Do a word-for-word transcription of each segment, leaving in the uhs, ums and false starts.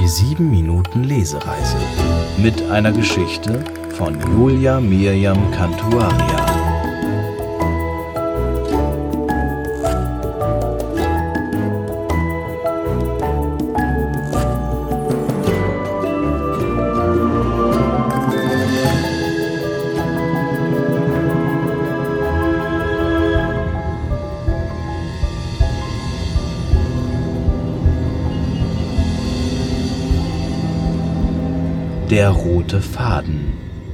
Die sieben Minuten Lesereise mit einer Geschichte von Julia Miriam Cantuaria. Der rote Faden.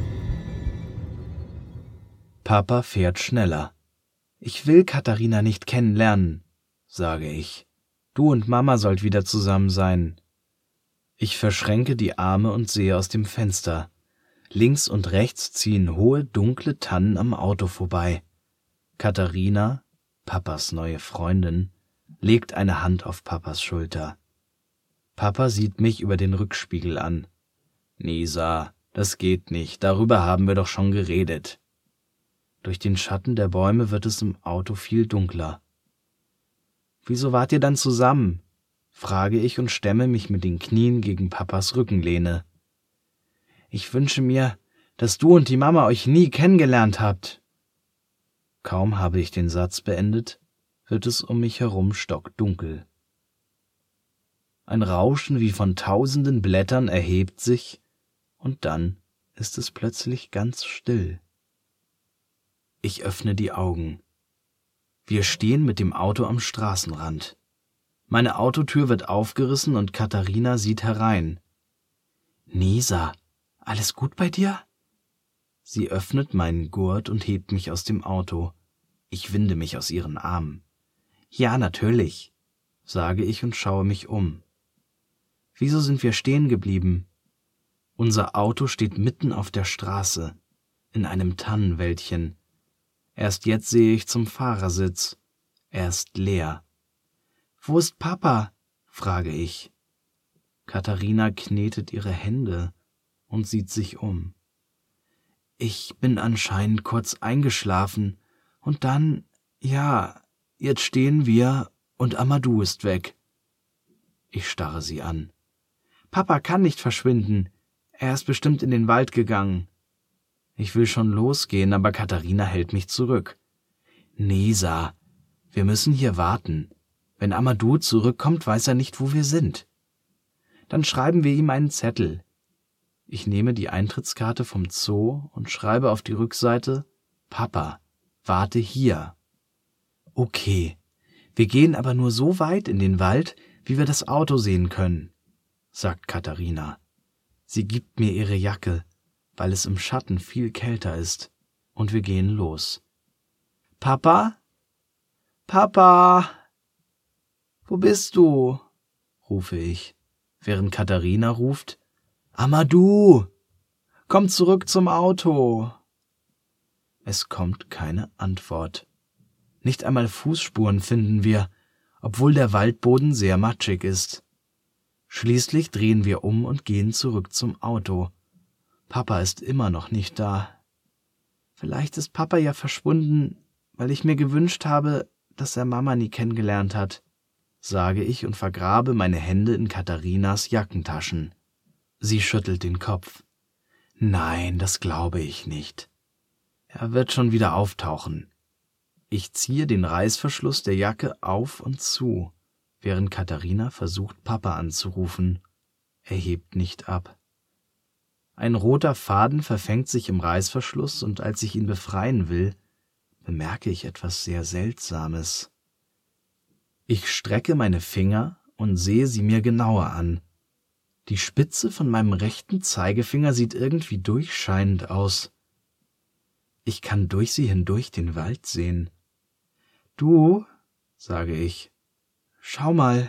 Papa fährt schneller. Ich will Katharina nicht kennenlernen, sage ich. Du und Mama sollt wieder zusammen sein. Ich verschränke die Arme und sehe aus dem Fenster. Links und rechts ziehen hohe, dunkle Tannen am Auto vorbei. Katharina, Papas neue Freundin, legt eine Hand auf Papas Schulter. Papa sieht mich über den Rückspiegel an. Nisa, das geht nicht, darüber haben wir doch schon geredet. Durch den Schatten der Bäume wird es im Auto viel dunkler. Wieso wart ihr dann zusammen? Frage ich und stemme mich mit den Knien gegen Papas Rückenlehne. Ich wünsche mir, dass du und die Mama euch nie kennengelernt habt. Kaum habe ich den Satz beendet, wird es um mich herum stockdunkel. Ein Rauschen wie von tausenden Blättern erhebt sich, und dann ist es plötzlich ganz still. Ich öffne die Augen. Wir stehen mit dem Auto am Straßenrand. Meine Autotür wird aufgerissen und Katharina sieht herein. »Nisa, alles gut bei dir?« Sie öffnet meinen Gurt und hebt mich aus dem Auto. Ich winde mich aus ihren Armen. »Ja, natürlich«, sage ich und schaue mich um. »Wieso sind wir stehen geblieben?« Unser Auto steht mitten auf der Straße, in einem Tannenwäldchen. Erst jetzt sehe ich zum Fahrersitz. Er ist leer. »Wo ist Papa?« frage ich. Katharina knetet ihre Hände und sieht sich um. »Ich bin anscheinend kurz eingeschlafen und dann, ja, jetzt stehen wir und Amadou ist weg.« Ich starre sie an. »Papa kann nicht verschwinden. Er ist bestimmt in den Wald gegangen.« Ich will schon losgehen, aber Katharina hält mich zurück. »Nisa, wir müssen hier warten. Wenn Amadou zurückkommt, weiß er nicht, wo wir sind. Dann schreiben wir ihm einen Zettel.« Ich nehme die Eintrittskarte vom Zoo und schreibe auf die Rückseite: »Papa, warte hier.« »Okay, wir gehen aber nur so weit in den Wald, wie wir das Auto sehen können«, sagt Katharina. Sie gibt mir ihre Jacke, weil es im Schatten viel kälter ist, und wir gehen los. »Papa? Papa? Wo bist du?« rufe ich, während Katharina ruft: »Amadou, komm zurück zum Auto!« Es kommt keine Antwort. Nicht einmal Fußspuren finden wir, obwohl der Waldboden sehr matschig ist. Schließlich drehen wir um und gehen zurück zum Auto. Papa ist immer noch nicht da. Vielleicht ist Papa ja verschwunden, weil ich mir gewünscht habe, dass er Mama nie kennengelernt hat, sage ich und vergrabe meine Hände in Katharinas Jackentaschen. Sie schüttelt den Kopf. Nein, das glaube ich nicht. Er wird schon wieder auftauchen. Ich ziehe den Reißverschluss der Jacke auf und zu, während Katharina versucht, Papa anzurufen. Er hebt nicht ab. Ein roter Faden verfängt sich im Reißverschluss, und als ich ihn befreien will, bemerke ich etwas sehr Seltsames. Ich strecke meine Finger und sehe sie mir genauer an. Die Spitze von meinem rechten Zeigefinger sieht irgendwie durchscheinend aus. Ich kann durch sie hindurch den Wald sehen. »Du«, sage ich, »schau mal.«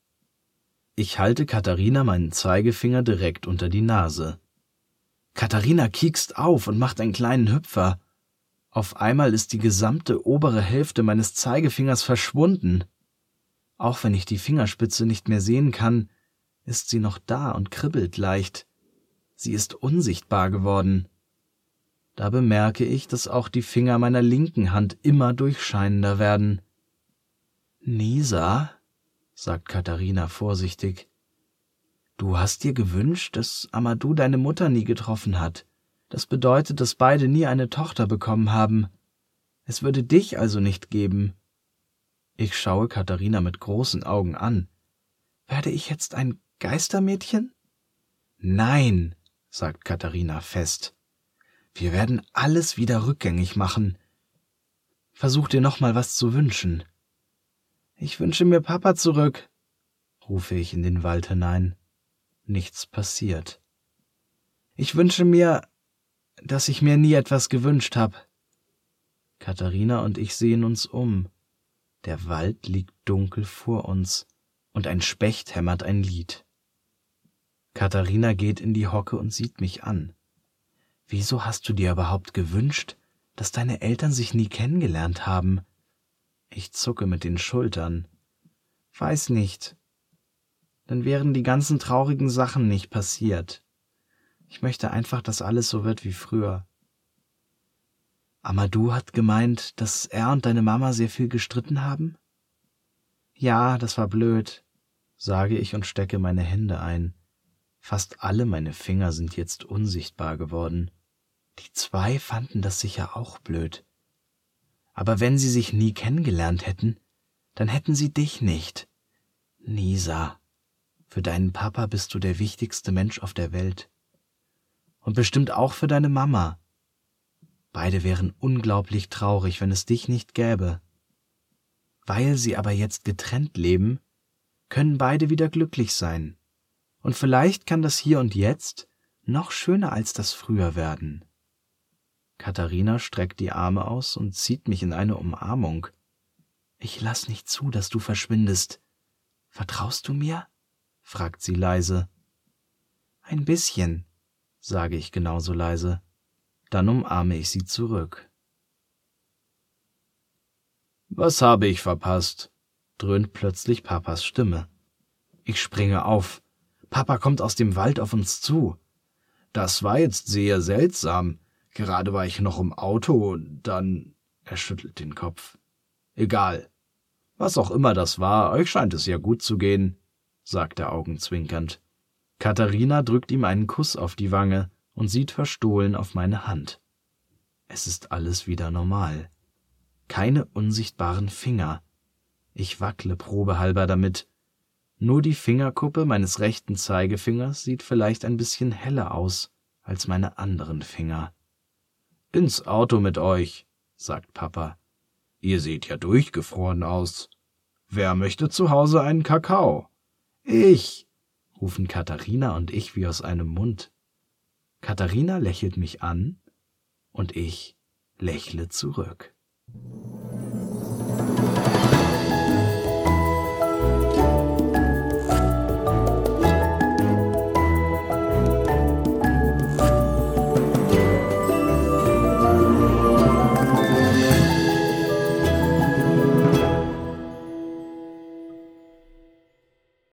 Ich halte Katharina meinen Zeigefinger direkt unter die Nase. Katharina kiekst auf und macht einen kleinen Hüpfer. Auf einmal ist die gesamte obere Hälfte meines Zeigefingers verschwunden. Auch wenn ich die Fingerspitze nicht mehr sehen kann, ist sie noch da und kribbelt leicht. Sie ist unsichtbar geworden. Da bemerke ich, dass auch die Finger meiner linken Hand immer durchscheinender werden. »Nisa«, sagt Katharina vorsichtig, Du hast dir gewünscht, dass Amadou deine Mutter nie getroffen hat. Das bedeutet, dass beide nie eine Tochter bekommen haben. Es würde dich also nicht geben. Ich schaue Katharina mit großen Augen an. Werde ich jetzt ein Geistermädchen? Nein, sagt Katharina fest. Wir werden alles wieder rückgängig machen. Versuch dir noch mal was zu wünschen. Ich wünsche mir Papa zurück, rufe ich in den Wald hinein. Nichts passiert. Ich wünsche mir, dass ich mir nie etwas gewünscht habe. Katharina und ich sehen uns um. Der Wald liegt dunkel vor uns und ein Specht hämmert ein Lied. Katharina geht in die Hocke und sieht mich an. Wieso hast du dir überhaupt gewünscht, dass deine Eltern sich nie kennengelernt haben? Ich zucke mit den Schultern. Weiß nicht. Dann wären die ganzen traurigen Sachen nicht passiert. Ich möchte einfach, dass alles so wird wie früher. Amadou hat gemeint, dass er und deine Mama sehr viel gestritten haben? Ja, das war blöd, sage ich und stecke meine Hände ein. Fast alle meine Finger sind jetzt unsichtbar geworden. Die zwei fanden das sicher auch blöd. Aber wenn sie sich nie kennengelernt hätten, dann hätten sie dich nicht. Nisa, für deinen Papa bist du der wichtigste Mensch auf der Welt. Und bestimmt auch für deine Mama. Beide wären unglaublich traurig, wenn es dich nicht gäbe. Weil sie aber jetzt getrennt leben, können beide wieder glücklich sein. Und vielleicht kann das Hier und Jetzt noch schöner als das Früher werden. Katharina streckt die Arme aus und zieht mich in eine Umarmung. Ich lass nicht zu, dass du verschwindest. Vertraust du mir? Fragt sie leise. Ein bisschen, sage ich genauso leise. Dann umarme ich sie zurück. Was habe ich verpasst? Dröhnt plötzlich Papas Stimme. Ich springe auf. Papa kommt aus dem Wald auf uns zu. Das war jetzt sehr seltsam. Gerade war ich noch im Auto und dann... Er schüttelt den Kopf. Egal. Was auch immer das war, euch scheint es ja gut zu gehen, sagt er augenzwinkernd. Katharina drückt ihm einen Kuss auf die Wange und sieht verstohlen auf meine Hand. Es ist alles wieder normal. Keine unsichtbaren Finger. Ich wackle probehalber damit. Nur die Fingerkuppe meines rechten Zeigefingers sieht vielleicht ein bisschen heller aus als meine anderen Finger. »Ins Auto mit euch«, sagt Papa. »Ihr seht ja durchgefroren aus. Wer möchte zu Hause einen Kakao?« »Ich«, rufen Katharina und ich wie aus einem Mund. Katharina lächelt mich an und ich lächle zurück.